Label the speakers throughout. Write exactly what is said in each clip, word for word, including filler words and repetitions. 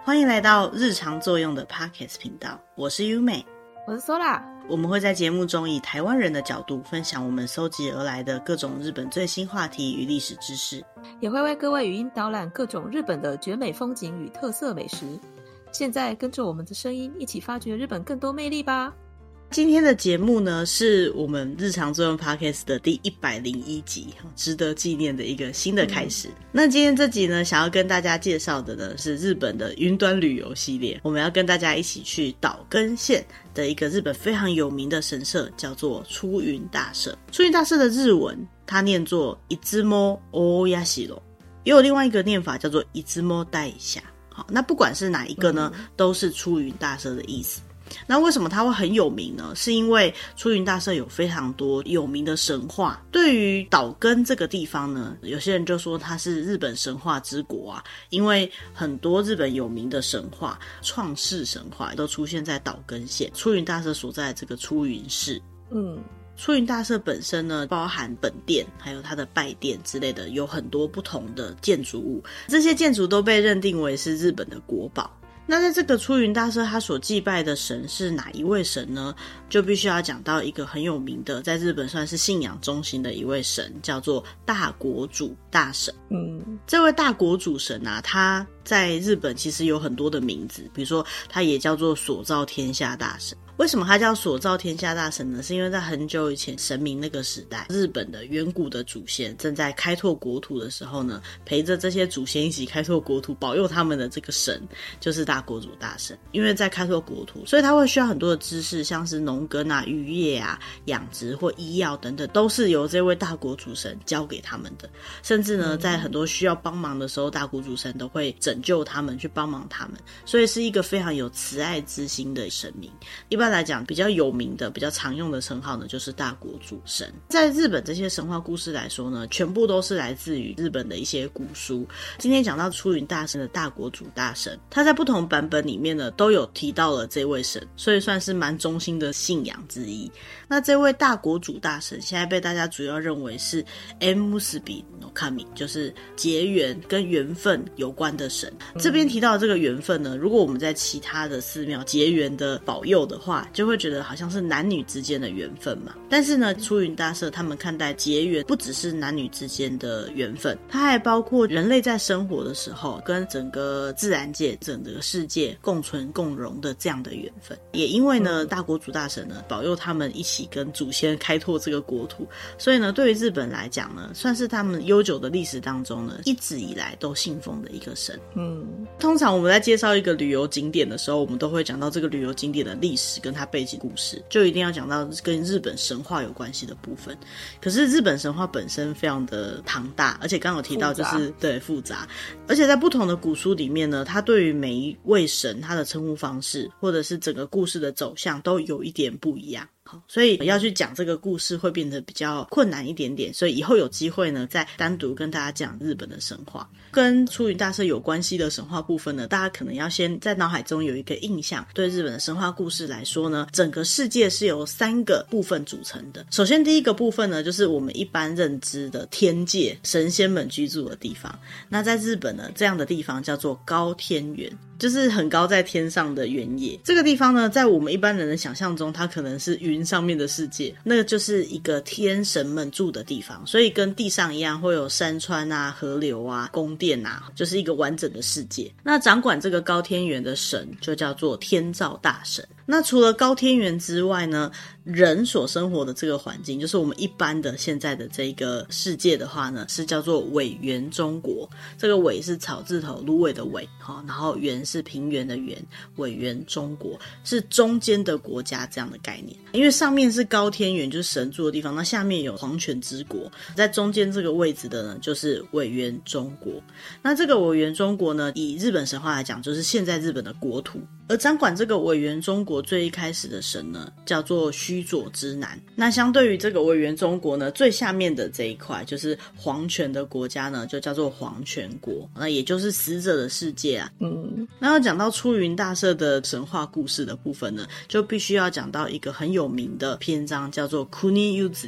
Speaker 1: 欢迎来到日常作用的 Podcast 频道，我是优美，
Speaker 2: 我是 Sola。
Speaker 1: 我们会在节目中以台湾人的角度分享我们搜集而来的各种日本最新话题与历史知识，
Speaker 2: 也会为各位语音导览各种日本的绝美风景与特色美食。现在跟着我们的声音一起发掘日本更多魅力吧。
Speaker 1: 今天的节目呢，是我们日常作用 Podcast 的第一百零一集，值得纪念的一个新的开始、嗯、那今天这集呢，想要跟大家介绍的呢是日本的云端旅游系列，我们要跟大家一起去岛根县的一个日本非常有名的神社，叫做出云大社。出云大社的日文它念作いつもおやしろ，也有另外一个念法叫做いつも大社。好，那不管是哪一个呢、嗯、都是出云大社的意思。那为什么它会很有名呢？是因为出云大社有非常多有名的神话。对于岛根这个地方呢，有些人就说它是日本神话之国啊，因为很多日本有名的神话、创世神话都出现在岛根县出云大社所在的这个出云市。嗯，出云大社本身呢，包含本殿还有它的拜殿之类的，有很多不同的建筑物，这些建筑都被认定为是日本的国宝。那在这个出云大社他所祭拜的神是哪一位神呢？就必须要讲到一个很有名的，在日本算是信仰中心的一位神，叫做大国主大神。嗯，这位大国主神啊，他在日本其实有很多的名字，比如说他也叫做所造天下大神。为什么他叫所造天下大神呢？是因为在很久以前神明那个时代，日本的远古的祖先正在开拓国土的时候呢，陪着这些祖先一起开拓国土，保佑他们的这个神就是大国主大神。因为在开拓国土，所以他会需要很多的知识，像是农耕啊、渔业啊、养殖或医药等等，都是由这位大国主神教给他们的。甚至呢，在很多需要帮忙的时候，大国主神都会拯救他们，去帮忙他们，所以是一个非常有慈爱之心的神明。一般来讲，比较有名的、比较常用的称号呢，就是大国主神。在日本这些神话故事来说呢，全部都是来自于日本的一些古书。今天讲到出云大社的大国主大神，他在不同版本里面呢，都有提到了这位神，所以算是蛮中心的信仰之一。那这位大国主大神，现在被大家主要认为是 Emusubi no Kami， 就是结缘跟缘分有关的神。这边提到的这个缘分呢，如果我们在其他的寺庙结缘的保佑的话，就会觉得好像是男女之间的缘分嘛。但是呢，出云大社他们看待结缘不只是男女之间的缘分，它还包括人类在生活的时候跟整个自然界、整个世界共存共荣的这样的缘分。也因为呢，大国主大神呢保佑他们一起跟祖先开拓这个国土，所以呢，对于日本来讲呢，算是他们悠久的历史当中呢，一直以来都信奉的一个神。嗯，通常我们在介绍一个旅游景点的时候，我们都会讲到这个旅游景点的历史跟它背景故事，就一定要讲到跟日本神话有关系的部分。可是日本神话本身非常的庞大，而且刚刚有提到就是对复杂，而且在不同的古书里面呢，它对于每一位神他的称呼方式或者是整个故事的走向都有一点不一样。所以要去讲这个故事会变得比较困难一点点，所以以后有机会呢，再单独跟大家讲日本的神话。跟出云大社有关系的神话部分呢，大家可能要先在脑海中有一个印象。对日本的神话故事来说呢，整个世界是由三个部分组成的。首先第一个部分呢，就是我们一般认知的天界，神仙们居住的地方。那在日本呢，这样的地方叫做高天原，就是很高在天上的原野。这个地方呢，在我们一般人的想象中，它可能是云上面的世界，那个就是一个天神们住的地方，所以跟地上一样会有山川啊、河流啊、宫殿啊，就是一个完整的世界。那掌管这个高天原的神就叫做天照大神。那除了高天原之外呢，人所生活的这个环境，就是我们一般的现在的这个世界的话呢，是叫做苇原中国。这个苇是草字头芦苇的苇，然后原是平原的原，苇原中国是中间的国家这样的概念。因为上面是高天原，就是神住的地方，那下面有黄泉之国，在中间这个位置的呢，就是苇原中国。那这个苇原中国呢，以日本神话来讲，就是现在日本的国土。而掌管这个苇原中国最一开始的神呢，叫做须佐之男。那相对于这个苇原中国呢，最下面的这一块就是黄泉的国家呢，就叫做黄泉国，那也就是死者的世界啊。嗯，那要讲到出云大社的神话故事的部分呢，就必须要讲到一个很有名的篇章，叫做 Kuni Yuzuri，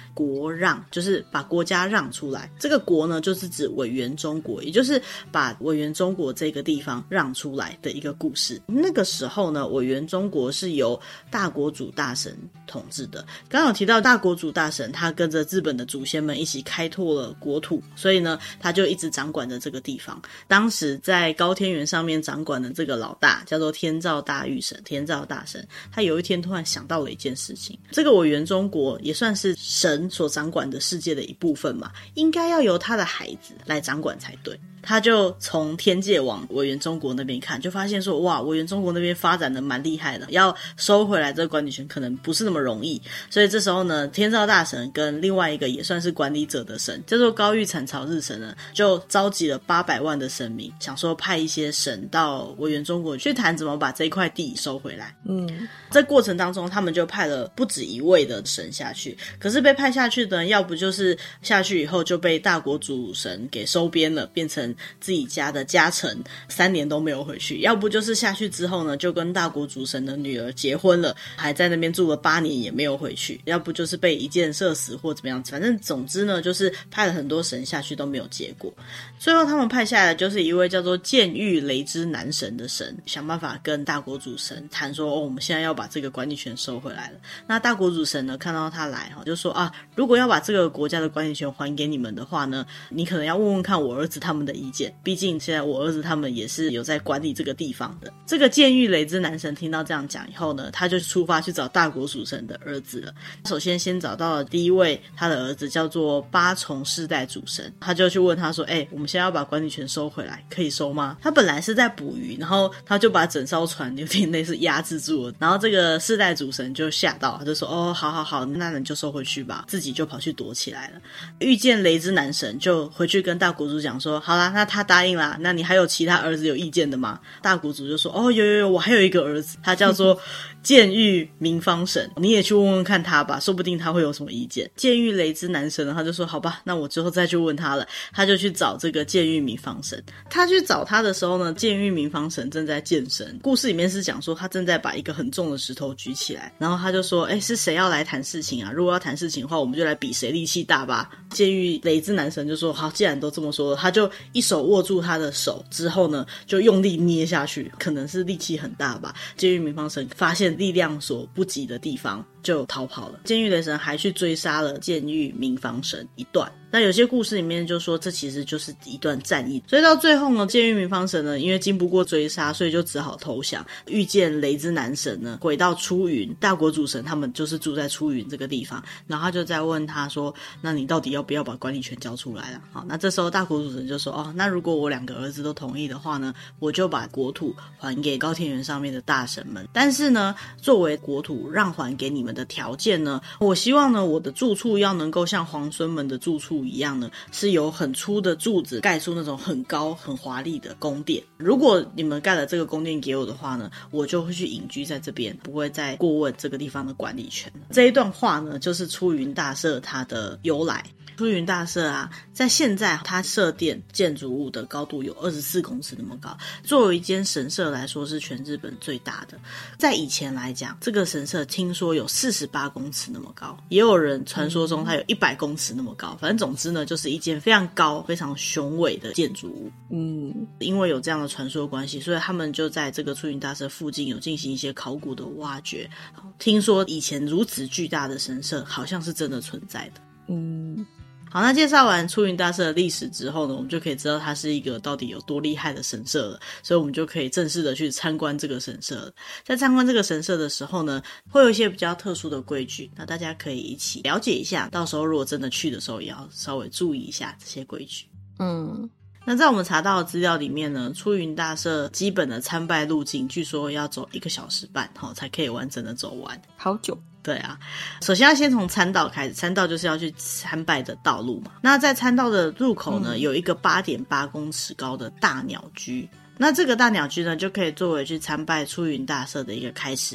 Speaker 1: 国让，就是把国家让出来。这个国呢，就是指委员中国，也就是把委员中国这个地方让出来的一个故事。那个时候呢，委员中国是由大国主大神统治的。刚刚有提到大国主大神，他跟着日本的祖先们一起开拓了国土，所以呢，他就一直掌管着这个地方。当时在高天原上面掌管的这个老大叫做天照大御神，天照大神，他有一天突然想到了一件事情，这个委员中国也算是神所掌管的世界的一部分嘛，应该要由他的孩子来掌管才对。他就从天界往委员中国那边看，就发现说哇，委员中国那边发展的蛮厉害的，要收回来这个管理权可能不是那么容易。所以这时候呢，天照大神跟另外一个也算是管理者的神叫做高御产朝日神呢，就召集了八百万的神明，想说派一些神到委员中国去谈怎么把这一块地收回来。嗯，在过程当中他们就派了不止一位的神下去，可是被派下去的人要不就是下去以后就被大国主神给收编了，变成自己家的家臣，三年都没有回去，要不就是下去之后呢就跟大国主神的女儿结婚了，还在那边住了八年也没有回去，要不就是被一箭射死或怎么样，反正总之呢就是派了很多神下去都没有结果。最后他们派下来的就是一位叫做剑狱雷之男神的神，想办法跟大国主神谈说、哦、我们现在要把这个管理权收回来了。那大国主神呢看到他来就说啊，如果要把这个国家的管理权还给你们的话呢，你可能要问问看我儿子他们的意见，毕竟现在我儿子他们也是有在管理这个地方的。这个剑狱雷之男神听到这样讲以后呢，他就出发去找大国主神的儿子了。首先先找到了第一位他的儿子叫做八重世代主神，他就去问他说，哎、欸，我们现在要把管理权收回来，可以收吗？他本来是在捕鱼，然后他就把整艘船有点类似压制住了，然后这个世代主神就吓到，他就说，哦，好好好，那你就收回去吧，自己就跑去躲起来了。遇见雷之男神就回去跟大国主讲说，好啦，那他答应啦，那你还有其他儿子有意见的吗？大国主就说，哦，有有有，我还有一个儿子，他叫做剑狱明方神，你也去问问看他吧，说不定他会有什么意见。剑狱雷之男神呢，他就说好吧，那我之后再去问他了。他就去找这个剑狱明方神，他去找他的时候呢，剑狱明方神正在健身。故事里面是讲说他正在把一个很重的石头举起来，然后他就说，诶，是谁要来谈事情啊？如果要谈事情的话，我们就来比谁力气大吧。剑狱雷之男神就说，好，既然都这么说了，他就一手握住他的手之后呢，就用力捏下去，可能是力气很大吧。剑狱明方神发现力量所不及的地方就逃跑了。剑狱雷神还去追杀了剑狱明方神一段。那有些故事里面就说这其实就是一段战役，所以到最后呢，剑狱明方神呢因为经不过追杀，所以就只好投降。遇见雷之男神呢回到出云，大国主神他们就是住在出云这个地方，然后他就在问他说，那你到底要不要把管理权交出来了？好，那这时候大国主神就说，哦，那如果我两个儿子都同意的话呢，我就把国土还给高天原上面的大神们，但是呢作为国土让还给你们的条件呢，我希望呢我的住处要能够像皇孙们的住处一样呢，是有很粗的柱子盖出那种很高很华丽的宫殿。如果你们盖了这个宫殿给我的话呢，我就会去隐居在这边，不会再过问这个地方的管理权。这一段话呢就是出云大社它的由来。出云大社啊，在现在它社殿建筑物的高度有二十四公尺那么高，作为一间神社来说是全日本最大的。在以前来讲，这个神社听说有四十八公尺那么高，也有人传说中它有一百公尺那么高，反正总之呢就是一间非常高非常雄伟的建筑物。嗯，因为有这样的传说关系，所以他们就在这个出云大社附近有进行一些考古的挖掘，听说以前如此巨大的神社好像是真的存在的。嗯，好，那介绍完出云大社的历史之后呢，我们就可以知道它是一个到底有多厉害的神社了，所以我们就可以正式的去参观这个神社了。在参观这个神社的时候呢，会有一些比较特殊的规矩，那大家可以一起了解一下，到时候如果真的去的时候也要稍微注意一下这些规矩。嗯，那在我们查到的资料里面呢，出云大社基本的参拜路径据说要走一个小时半、哦、才可以完整的走完，
Speaker 2: 好久。
Speaker 1: 对啊，首先要先从参道开始，参道就是要去参拜的道路嘛。那在参道的入口呢、嗯、有一个 八点八公尺高的大鸟居，那这个大鸟居呢就可以作为去参拜出云大社的一个开始点。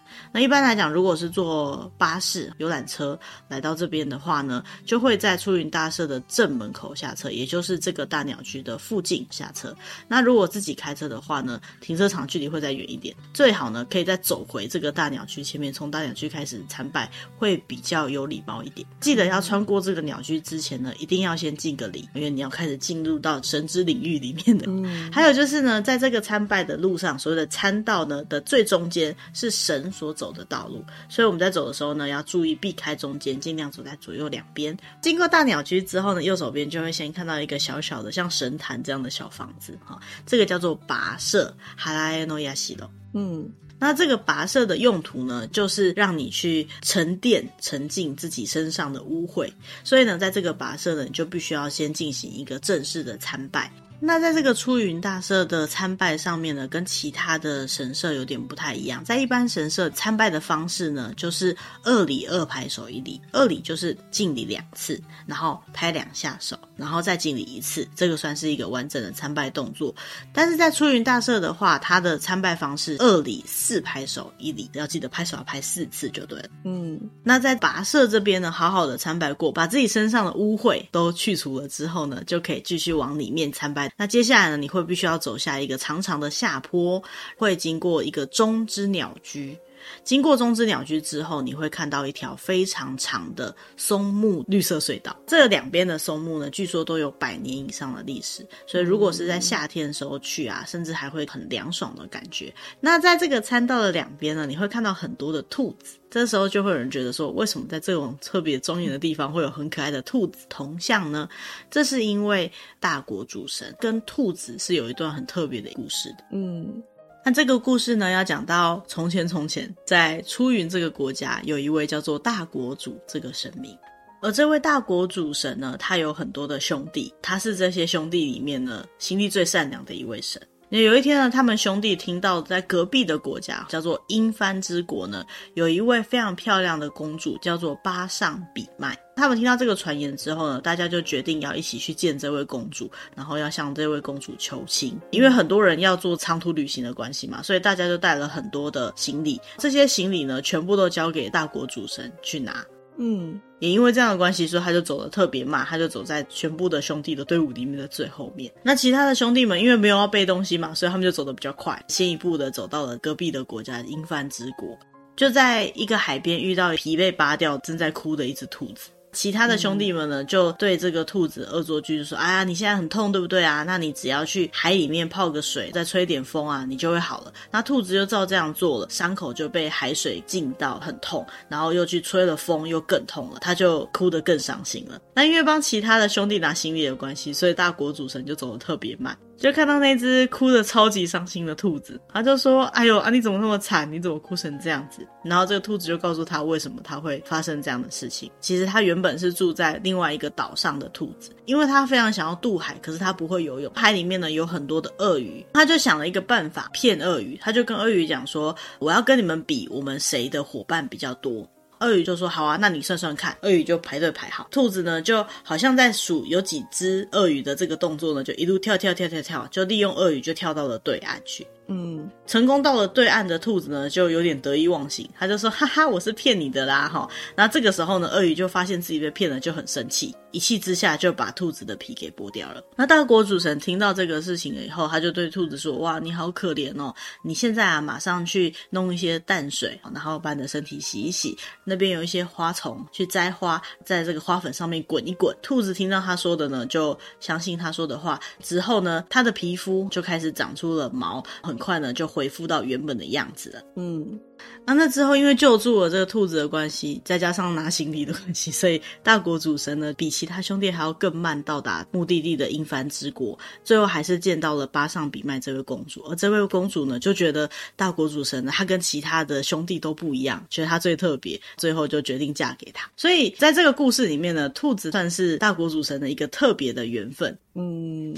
Speaker 1: 那一般来讲，如果是坐巴士游览车来到这边的话呢，就会在出云大社的正门口下车，也就是这个大鸟居的附近下车。那如果自己开车的话呢，停车场距离会再远一点，最好呢可以再走回这个大鸟居前面，从大鸟居开始参拜会比较有礼貌一点。记得要穿过这个鸟居之前呢，一定要先敬个礼，因为你要开始进入到神之领域里面的、嗯、还有就是呢，在这个参拜的路上，所谓的参道呢的最中间是神所走的道路，所以我们在走的时候呢，要注意避开中间，尽量走在左右两边。经过大鸟居之后呢，右手边就会先看到一个小小的像神坛这样的小房子，这个叫做跋舍哈拉耶诺亚西罗。嗯，那这个跋舍的用途呢，就是让你去沉淀沉浸自己身上的污秽，所以呢在这个跋舍呢，你就必须要先进行一个正式的参拜。那在这个出云大社的参拜上面呢，跟其他的神社有点不太一样。在一般神社参拜的方式呢，就是二礼二拍手一礼，二礼就是敬礼两次，然后拍两下手，然后再敬礼一次，这个算是一个完整的参拜动作。但是在出云大社的话，它的参拜方式二礼四拍手一礼，要记得拍手要拍四次就对了。嗯，那在跋舍这边呢，好好的参拜过，把自己身上的污秽都去除了之后呢，就可以继续往里面参拜。那接下来呢，你会必须要走下一个长长的下坡，会经过一个中之鸟居。经过中之鸟居之后，你会看到一条非常长的松木绿色隧道，这两边的松木呢，据说都有百年以上的历史，所以如果是在夏天的时候去啊，甚至还会很凉爽的感觉。那在这个参道的两边呢，你会看到很多的兔子，这时候就会有人觉得说，为什么在这种特别庄严的地方会有很可爱的兔子铜像呢？这是因为大国主神跟兔子是有一段很特别的故事的。嗯，那这个故事呢，要讲到从前从前，在出云这个国家有一位叫做大国主这个神明，而这位大国主神呢，他有很多的兄弟，他是这些兄弟里面呢心地最善良的一位神。有一天呢，他们兄弟听到在隔壁的国家叫做英藩之国呢，有一位非常漂亮的公主叫做巴上比麦。他们听到这个传言之后呢，大家就决定要一起去见这位公主，然后要向这位公主求亲。因为很多人要做长途旅行的关系嘛，所以大家就带了很多的行李，这些行李呢全部都交给大国主神去拿。嗯，也因为这样的关系，所以他就走得特别慢，他就走在全部的兄弟的队伍里面的最后面。那其他的兄弟们因为没有要背东西嘛，所以他们就走得比较快，先一步的走到了隔壁的国家英藩之国。就在一个海边遇到皮被扒掉正在哭的一只兔子，其他的兄弟们呢，就对这个兔子恶作剧，就说：“哎呀，你现在很痛，对不对啊？那你只要去海里面泡个水，再吹点风啊，你就会好了。”那兔子就照这样做了，伤口就被海水浸到很痛，然后又去吹了风，又更痛了，他就哭得更伤心了。那因为帮其他的兄弟拿行李的关系，所以大国主神就走得特别慢。就看到那只哭得超级伤心的兔子，他就说：“哎呦啊，你怎么那么惨？你怎么哭成这样子？”然后这个兔子就告诉他为什么他会发生这样的事情。其实他原本是住在另外一个岛上的兔子，因为他非常想要渡海，可是他不会游泳。海里面呢有很多的鳄鱼，他就想了一个办法骗鳄鱼，他就跟鳄鱼讲说：“我要跟你们比，我们谁的伙伴比较多。”鳄鱼就说：“好啊，那你算算看。”鳄鱼就排队排好，兔子呢就好像在数有几只鳄鱼的这个动作呢，就一路跳跳跳跳跳，就利用鳄鱼就跳到了对岸去。嗯，成功到了对岸的兔子呢，就有点得意忘形，他就说：“哈哈，我是骗你的啦！”哈，那这个时候呢，鳄鱼就发现自己被骗了，就很生气，一气之下就把兔子的皮给剥掉了。那大国主神听到这个事情了以后，他就对兔子说：“哇，你好可怜哦！你现在啊，马上去弄一些淡水，然后把你的身体洗一洗，那边有一些花丛，去摘花，在这个花粉上面滚一滚。”兔子听到他说的呢，就相信他说的话，之后呢，他的皮肤就开始长出了毛，很快呢就恢复到原本的样子了。嗯，那那之后因为救助了这个兔子的关系，再加上拿行李的关系，所以大国主神呢比其他兄弟还要更慢到达目的地的英藩之国，最后还是见到了巴上比麦这位公主。而这位公主呢就觉得大国主神呢他跟其他的兄弟都不一样，觉得他最特别，最后就决定嫁给他。所以在这个故事里面呢，兔子算是大国主神的一个特别的缘分。嗯，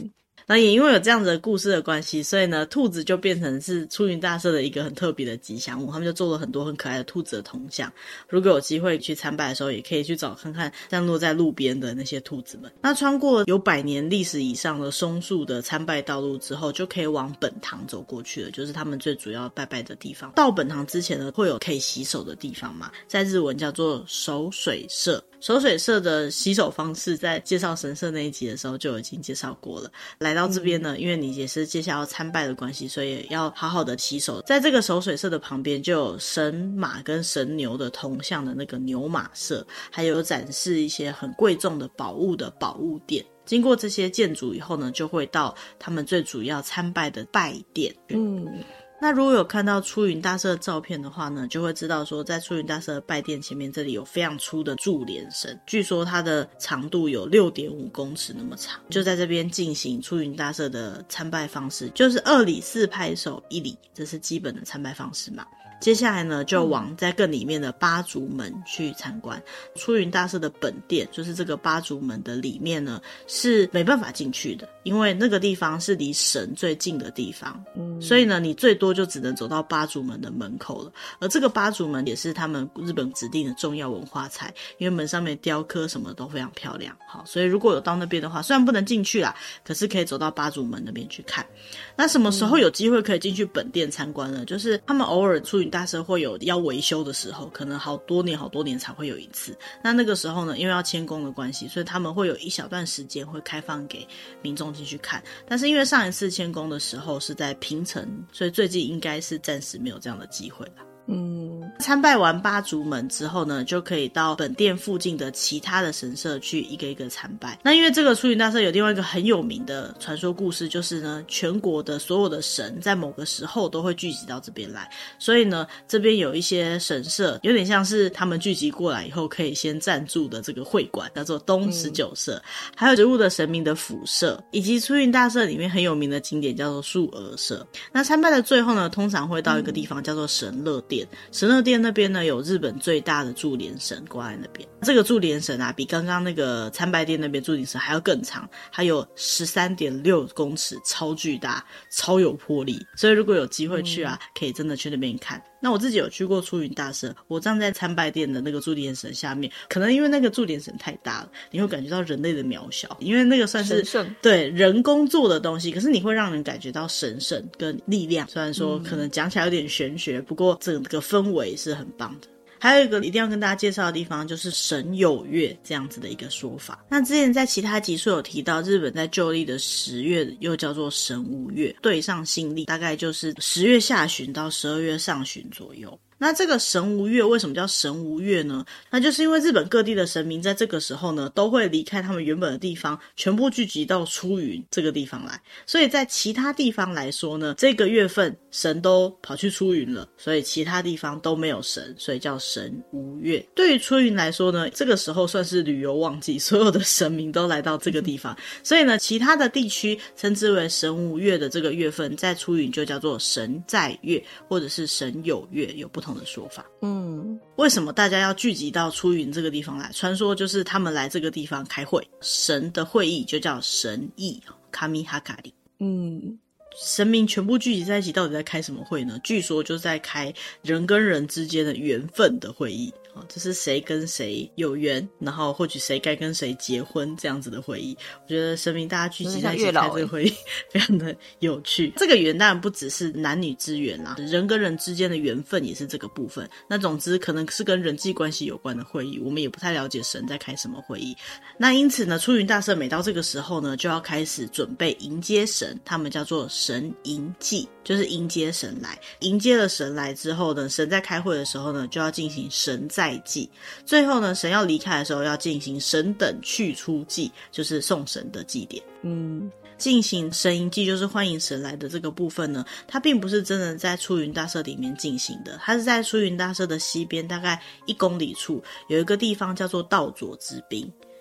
Speaker 1: 那也因为有这样子的故事的关系，所以呢兔子就变成是出云大社的一个很特别的吉祥物，他们就做了很多很可爱的兔子的铜像，如果有机会去参拜的时候也可以去找看看降落在路边的那些兔子们。那穿过有百年历史以上的松树的参拜道路之后，就可以往本堂走过去了，就是他们最主要拜拜的地方。到本堂之前呢会有可以洗手的地方嘛，在日文叫做守水社。守水社的洗手方式在介绍神社那一集的时候就已经介绍过了。来到这边呢、嗯、因为你也是接下来要参拜的关系，所以要好好的洗手。在这个守水社的旁边就有神马跟神牛的铜像的那个牛马社，还有展示一些很贵重的宝物的宝物店。经过这些建筑以后呢，就会到他们最主要参拜的拜殿。嗯，那如果有看到出云大社的照片的话呢，就会知道说在出云大社的拜殿前面这里有非常粗的注连绳，据说它的长度有 六点五公尺那么长，就在这边进行出云大社的参拜方式，就是二礼四拍手一礼，这是基本的参拜方式嘛。接下来呢就往在更里面的八竹门去参观。出云大社的本殿就是这个八竹门的里面呢是没办法进去的，因为那个地方是离神最近的地方、嗯、所以呢你最多就只能走到八竹门的门口了。而这个八竹门也是他们日本指定的重要文化财，因为门上面雕刻什么都非常漂亮。好，所以如果有到那边的话，虽然不能进去啦，可是可以走到八竹门那边去看。那什么时候有机会可以进去本殿参观呢？就是他们偶尔出云大社会有要维修的时候，可能好多年好多年才会有一次。那那个时候呢，因为要迁宫的关系，所以他们会有一小段时间会开放给民众进去看。但是因为上一次迁宫的时候是在平成，所以最近应该是暂时没有这样的机会了。嗯，参拜完八竹门之后呢，就可以到本殿附近的其他的神社去一个一个参拜。那因为这个出云大社有另外一个很有名的传说故事，就是呢全国的所有的神在某个时候都会聚集到这边来，所以呢这边有一些神社有点像是他们聚集过来以后可以先暂住的这个会馆，叫做东十九社、嗯、还有植物的神明的府社，以及出云大社里面很有名的景点叫做树娥社。那参拜的最后呢，通常会到一个地方叫做神乐殿。神乐殿那边呢有日本最大的注连绳挂在那边，这个注连绳啊比刚刚那个参拜殿那边注连绳还要更长，还有 十三点六公尺，超巨大超有魄力，所以如果有机会去啊、嗯、可以真的去那边看。那我自己有去过出云大社，我站在参拜殿的那个注连绳下面，可能因为那个注连绳太大了，你会感觉到人类的渺小，因为那个算是
Speaker 2: 神圣，对，
Speaker 1: 人工做的东西，可是你会让人感觉到神圣跟力量，虽然说可能讲起来有点玄学、嗯、不过整个氛围是很棒的。还有一个一定要跟大家介绍的地方，就是神有月这样子的一个说法。那之前在其他集数有提到，日本在旧历的十月又叫做神无月，对上新历大概就是十月下旬到十二月上旬左右。那这个神无月为什么叫神无月呢？那就是因为日本各地的神明在这个时候呢都会离开他们原本的地方，全部聚集到出云这个地方来，所以在其他地方来说呢，这个月份神都跑去出云了，所以其他地方都没有神，所以叫神无月。对于出云来说呢，这个时候算是旅游旺季，所有的神明都来到这个地方，所以呢其他的地区称之为神无月的这个月份，在出云就叫做神在月或者是神有月，有不同的说法。嗯，为什么大家要聚集到出云这个地方来？传说就是他们来这个地方开会，神的会议就叫神议 Kami Hakari。 嗯，神明全部聚集在一起，到底在开什么会呢？据说就是在开人跟人之间的缘分的会议，这是谁跟谁有缘，然后或许谁该跟谁结婚这样子的会议。我觉得神明大家聚集在一起开这个会议非常的有趣。这个缘当然不只是男女之缘啦，人跟人之间的缘分也是这个部分。那总之可能是跟人际关系有关的会议，我们也不太了解神在开什么会议。那因此呢，出云大社每到这个时候呢，就要开始准备迎接神，他们叫做神迎祭，就是迎接神来。迎接了神来之后呢，神在开会的时候呢，就要进行神在祭，最后呢神要离开的时候要进行神等去出祭，就是送神的祭典。嗯，进行神迎祭就是欢迎神来的这个部分呢，它并不是真的在出云大社里面进行的，它是在出云大社的西边大概一公里处有一个地方叫做道佐之滨。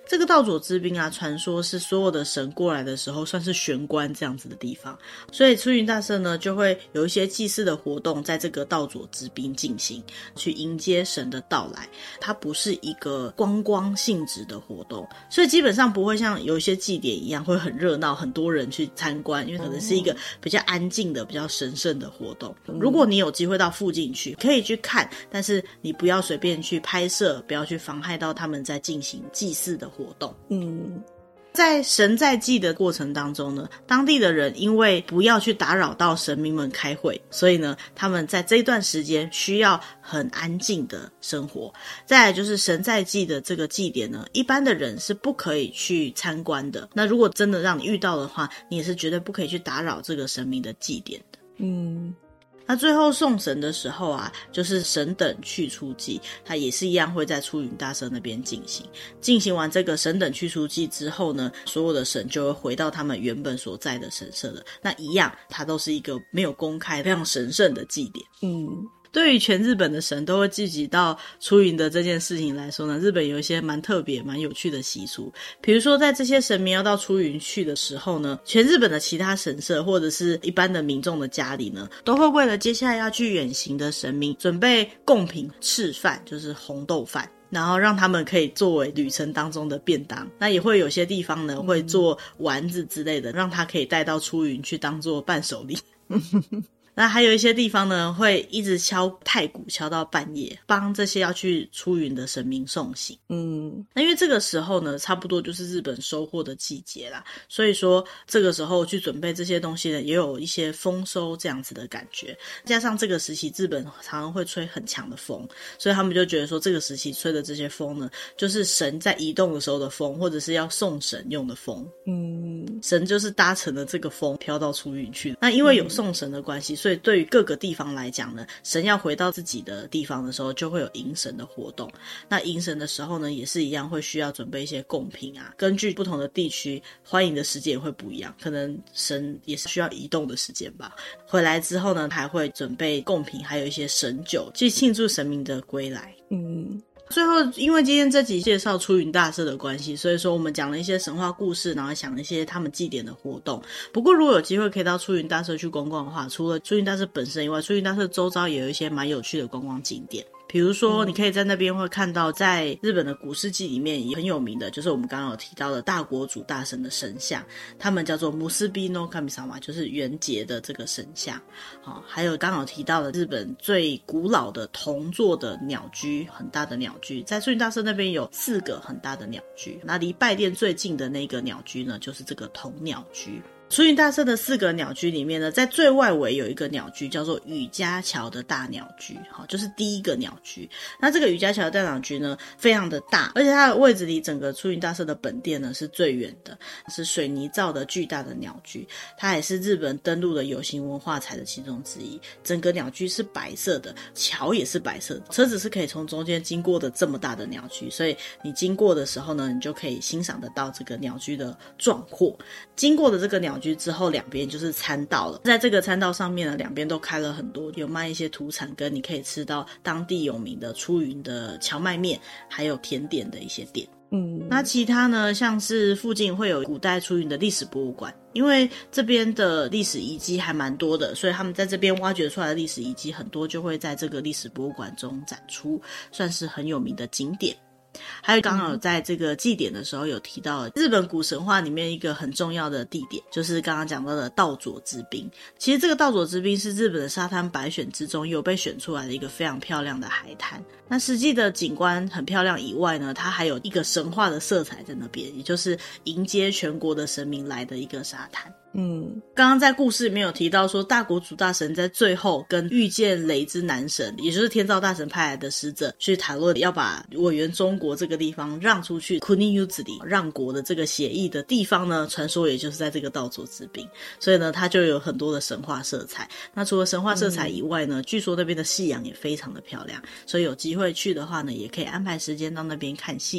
Speaker 1: 这个道佐之滨啊，传说是所有的神过来的时候算是玄关这样子的地方，所以出云大社呢就会有一些祭祀的活动在这个道佐之滨进行，去迎接神的到来。它不是一个观光性质的活动，所以基本上不会像有一些祭典一样会很热闹，很多人去参观，因为可能是一个比较安静的比较神圣的活动。如果你有机会到附近去可以去看，但是你不要随便去拍摄，不要去妨害到他们在进行祭祀的活动。嗯，在神在祭的过程当中呢，当地的人因为不要去打扰到神明们开会，所以呢他们在这一段时间需要很安静的生活。再来就是神在祭的这个祭典呢，一般的人是不可以去参观的，那如果真的让你遇到的话，你也是绝对不可以去打扰这个神明的祭典的。嗯，那最后送神的时候啊，就是神等去除祭，它也是一样会在出云大社那边进行。进行完这个神等去除祭之后呢，所有的神就会回到他们原本所在的神社的。那一样，它都是一个没有公开、非常神圣的祭典。嗯。对于全日本的神都会聚集到出云的这件事情来说呢，日本有一些蛮特别蛮有趣的习俗。比如说在这些神明要到出云去的时候呢，全日本的其他神社或者是一般的民众的家里呢，都会为了接下来要去远行的神明准备贡品赤饭，就是红豆饭，然后让他们可以作为旅程当中的便当。那也会有些地方呢会做丸子之类的，让他可以带到出云去当做伴手礼。那还有一些地方呢会一直敲太鼓敲到半夜，帮这些要去出云的神明送行。嗯，那因为这个时候呢差不多就是日本收获的季节啦，所以说这个时候去准备这些东西呢也有一些丰收这样子的感觉。加上这个时期日本常常会吹很强的风，所以他们就觉得说这个时期吹的这些风呢就是神在移动的时候的风，或者是要送神用的风。嗯，神就是搭乘了这个风飘到出云去。那因为有送神的关系，所以对于各个地方来讲呢，神要回到自己的地方的时候就会有迎神的活动。那迎神的时候呢也是一样会需要准备一些贡品啊，根据不同的地区欢迎的时间也会不一样，可能神也是需要移动的时间吧。回来之后呢还会准备贡品，还有一些神酒去庆祝神明的归来。嗯，最后因为今天这集介绍出云大社的关系，所以说我们讲了一些神话故事，然后讲了一些他们祭典的活动。不过如果有机会可以到出云大社去观光的话，除了出云大社本身以外，出云大社周遭也有一些蛮有趣的观光景点。比如说你可以在那边会看到在日本的古事记里面也很有名的，就是我们刚刚有提到的大国主大神的神像，他们叫做 Musubi no Kami-sama， 就是圆结的这个神像。好，还有刚好提到的日本最古老的铜做的鸟居，很大的鸟居，在出云大社那边有四个很大的鸟居，那离拜殿最近的那个鸟居呢就是这个铜鸟居。出云大社的四个鸟居里面呢，在最外围有一个鸟居叫做雨家桥的大鸟居，好，就是第一个鸟居。那这个雨家桥的大鸟居呢非常的大，而且它的位置离整个出云大社的本殿呢是最远的，是水泥造的巨大的鸟居，它也是日本登陆的有形文化财的其中之一。整个鸟居是白色的，桥也是白色的，车子是可以从中间经过的这么大的鸟居，所以你经过的时候呢，你就可以欣赏得到这个鸟居的壮阔。经过的这个鸟居之后，两边就是餐道了，在这个餐道上面呢，两边都开了很多，有卖一些土产，跟你可以吃到当地有名的出云的荞麦面，还有甜点的一些店。嗯，那其他呢，像是附近会有古代出云的历史博物馆，因为这边的历史遗迹还蛮多的，所以他们在这边挖掘出来的历史遗迹很多就会在这个历史博物馆中展出，算是很有名的景点。还有刚好在这个祭典的时候有提到日本古神话里面一个很重要的地点，就是刚刚讲到的道佐之滨。其实这个道佐之滨是日本的沙滩百选之中有被选出来的一个非常漂亮的海滩。那实际的景观很漂亮以外呢，它还有一个神话的色彩在那边，也就是迎接全国的神明来的一个沙滩。嗯，刚刚在故事里面有提到说，大国主大神在最后跟遇见雷之男神，也就是天照大神派来的使者去讨论要把委员中国这个地方让出去 Kuni Yuzuri 让国的这个协议的地方呢，传说也就是在这个道佐之滨，所以呢它就有很多的神话色彩。那除了神话色彩以外呢、嗯、据说那边的夕阳也非常的漂亮，所以有机会去的话呢，也可以安排时间到那边看夕阳。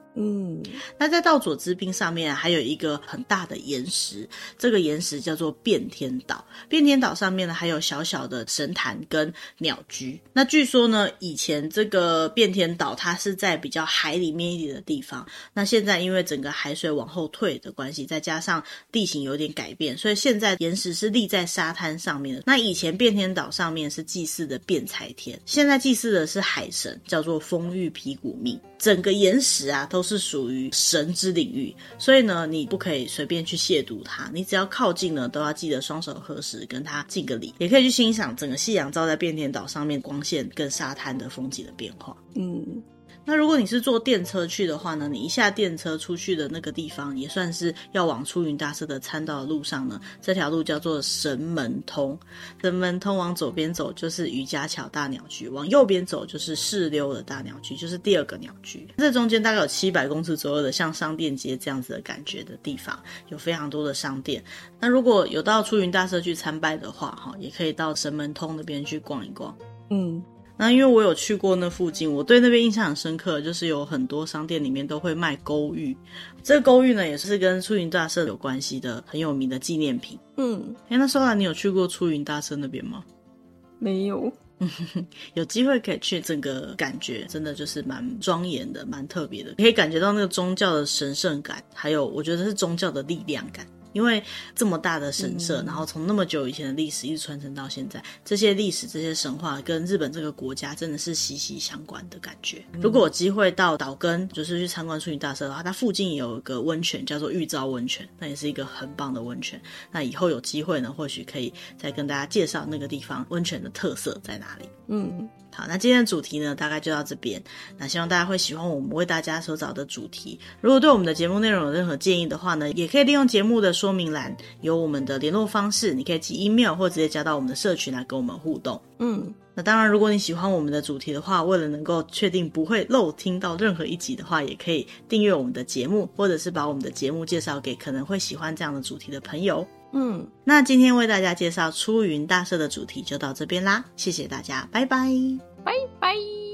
Speaker 2: 嗯，
Speaker 1: 那在道佐之滨上面还有一个很大的岩石，这个岩石叫做变天岛。变天岛上面呢还有小小的神坛跟鸟居。那据说呢，以前这个变天岛它是在比较海里面一点的地方，那现在因为整个海水往后退的关系，再加上地形有点改变，所以现在岩石是立在沙滩上面的。那以前变天岛上面是祭祀的变财天，现在祭祀的是海神，叫做丰裕皮古命。整个岩石啊都是属于神之领域，所以呢你不可以随便去亵渎它，你只要靠近呢都要记得双手合十跟它敬个礼，也可以去欣赏整个夕阳照在变天岛上面光线跟沙滩的风景的变化。
Speaker 2: 嗯，
Speaker 1: 那如果你是坐电车去的话呢，你一下电车出去的那个地方也算是要往出云大社的参道的路上呢，这条路叫做神门通。神门通往左边走就是渔家桥大鸟居，往右边走就是市溜的大鸟居，就是第二个鸟居。这中间大概有七百公尺左右的像商店街这样子的感觉的地方，有非常多的商店。那如果有到出云大社去参拜的话，也可以到神门通那边去逛一逛。
Speaker 2: 嗯，
Speaker 1: 那因为我有去过那附近，我对那边印象很深刻，就是有很多商店里面都会卖勾玉。这个勾玉呢也是跟出云大社有关系的很有名的纪念品。
Speaker 2: 嗯，
Speaker 1: 诶，那Sola你有去过出云大社那边吗？
Speaker 2: 没有。
Speaker 1: 有机会可以去，整个感觉真的就是蛮庄严的，蛮特别的，可以感觉到那个宗教的神圣感，还有我觉得是宗教的力量感。因为这么大的神社、嗯、然后从那么久以前的历史一直传承到现在，这些历史这些神话跟日本这个国家真的是息息相关的感觉、嗯、如果有机会到岛根就是去参观出云大社的话，它附近有一个温泉叫做玉造温泉，那也是一个很棒的温泉。那以后有机会呢，或许可以再跟大家介绍那个地方温泉的特色在哪里。
Speaker 2: 嗯，
Speaker 1: 好，那今天的主题呢大概就到这边，那希望大家会喜欢我们为大家所找的主题。如果对我们的节目内容有任何建议的话呢，也可以利用节目的说明栏有我们的联络方式，你可以寄 email 或直接加到我们的社群来跟我们互动。
Speaker 2: 嗯，
Speaker 1: 那当然如果你喜欢我们的主题的话，为了能够确定不会漏听到任何一集的话，也可以订阅我们的节目，或者是把我们的节目介绍给可能会喜欢这样的主题的朋友。
Speaker 2: 嗯，
Speaker 1: 那今天为大家介绍出云大社的主题就到这边啦，谢谢大家，拜拜，
Speaker 2: 拜拜。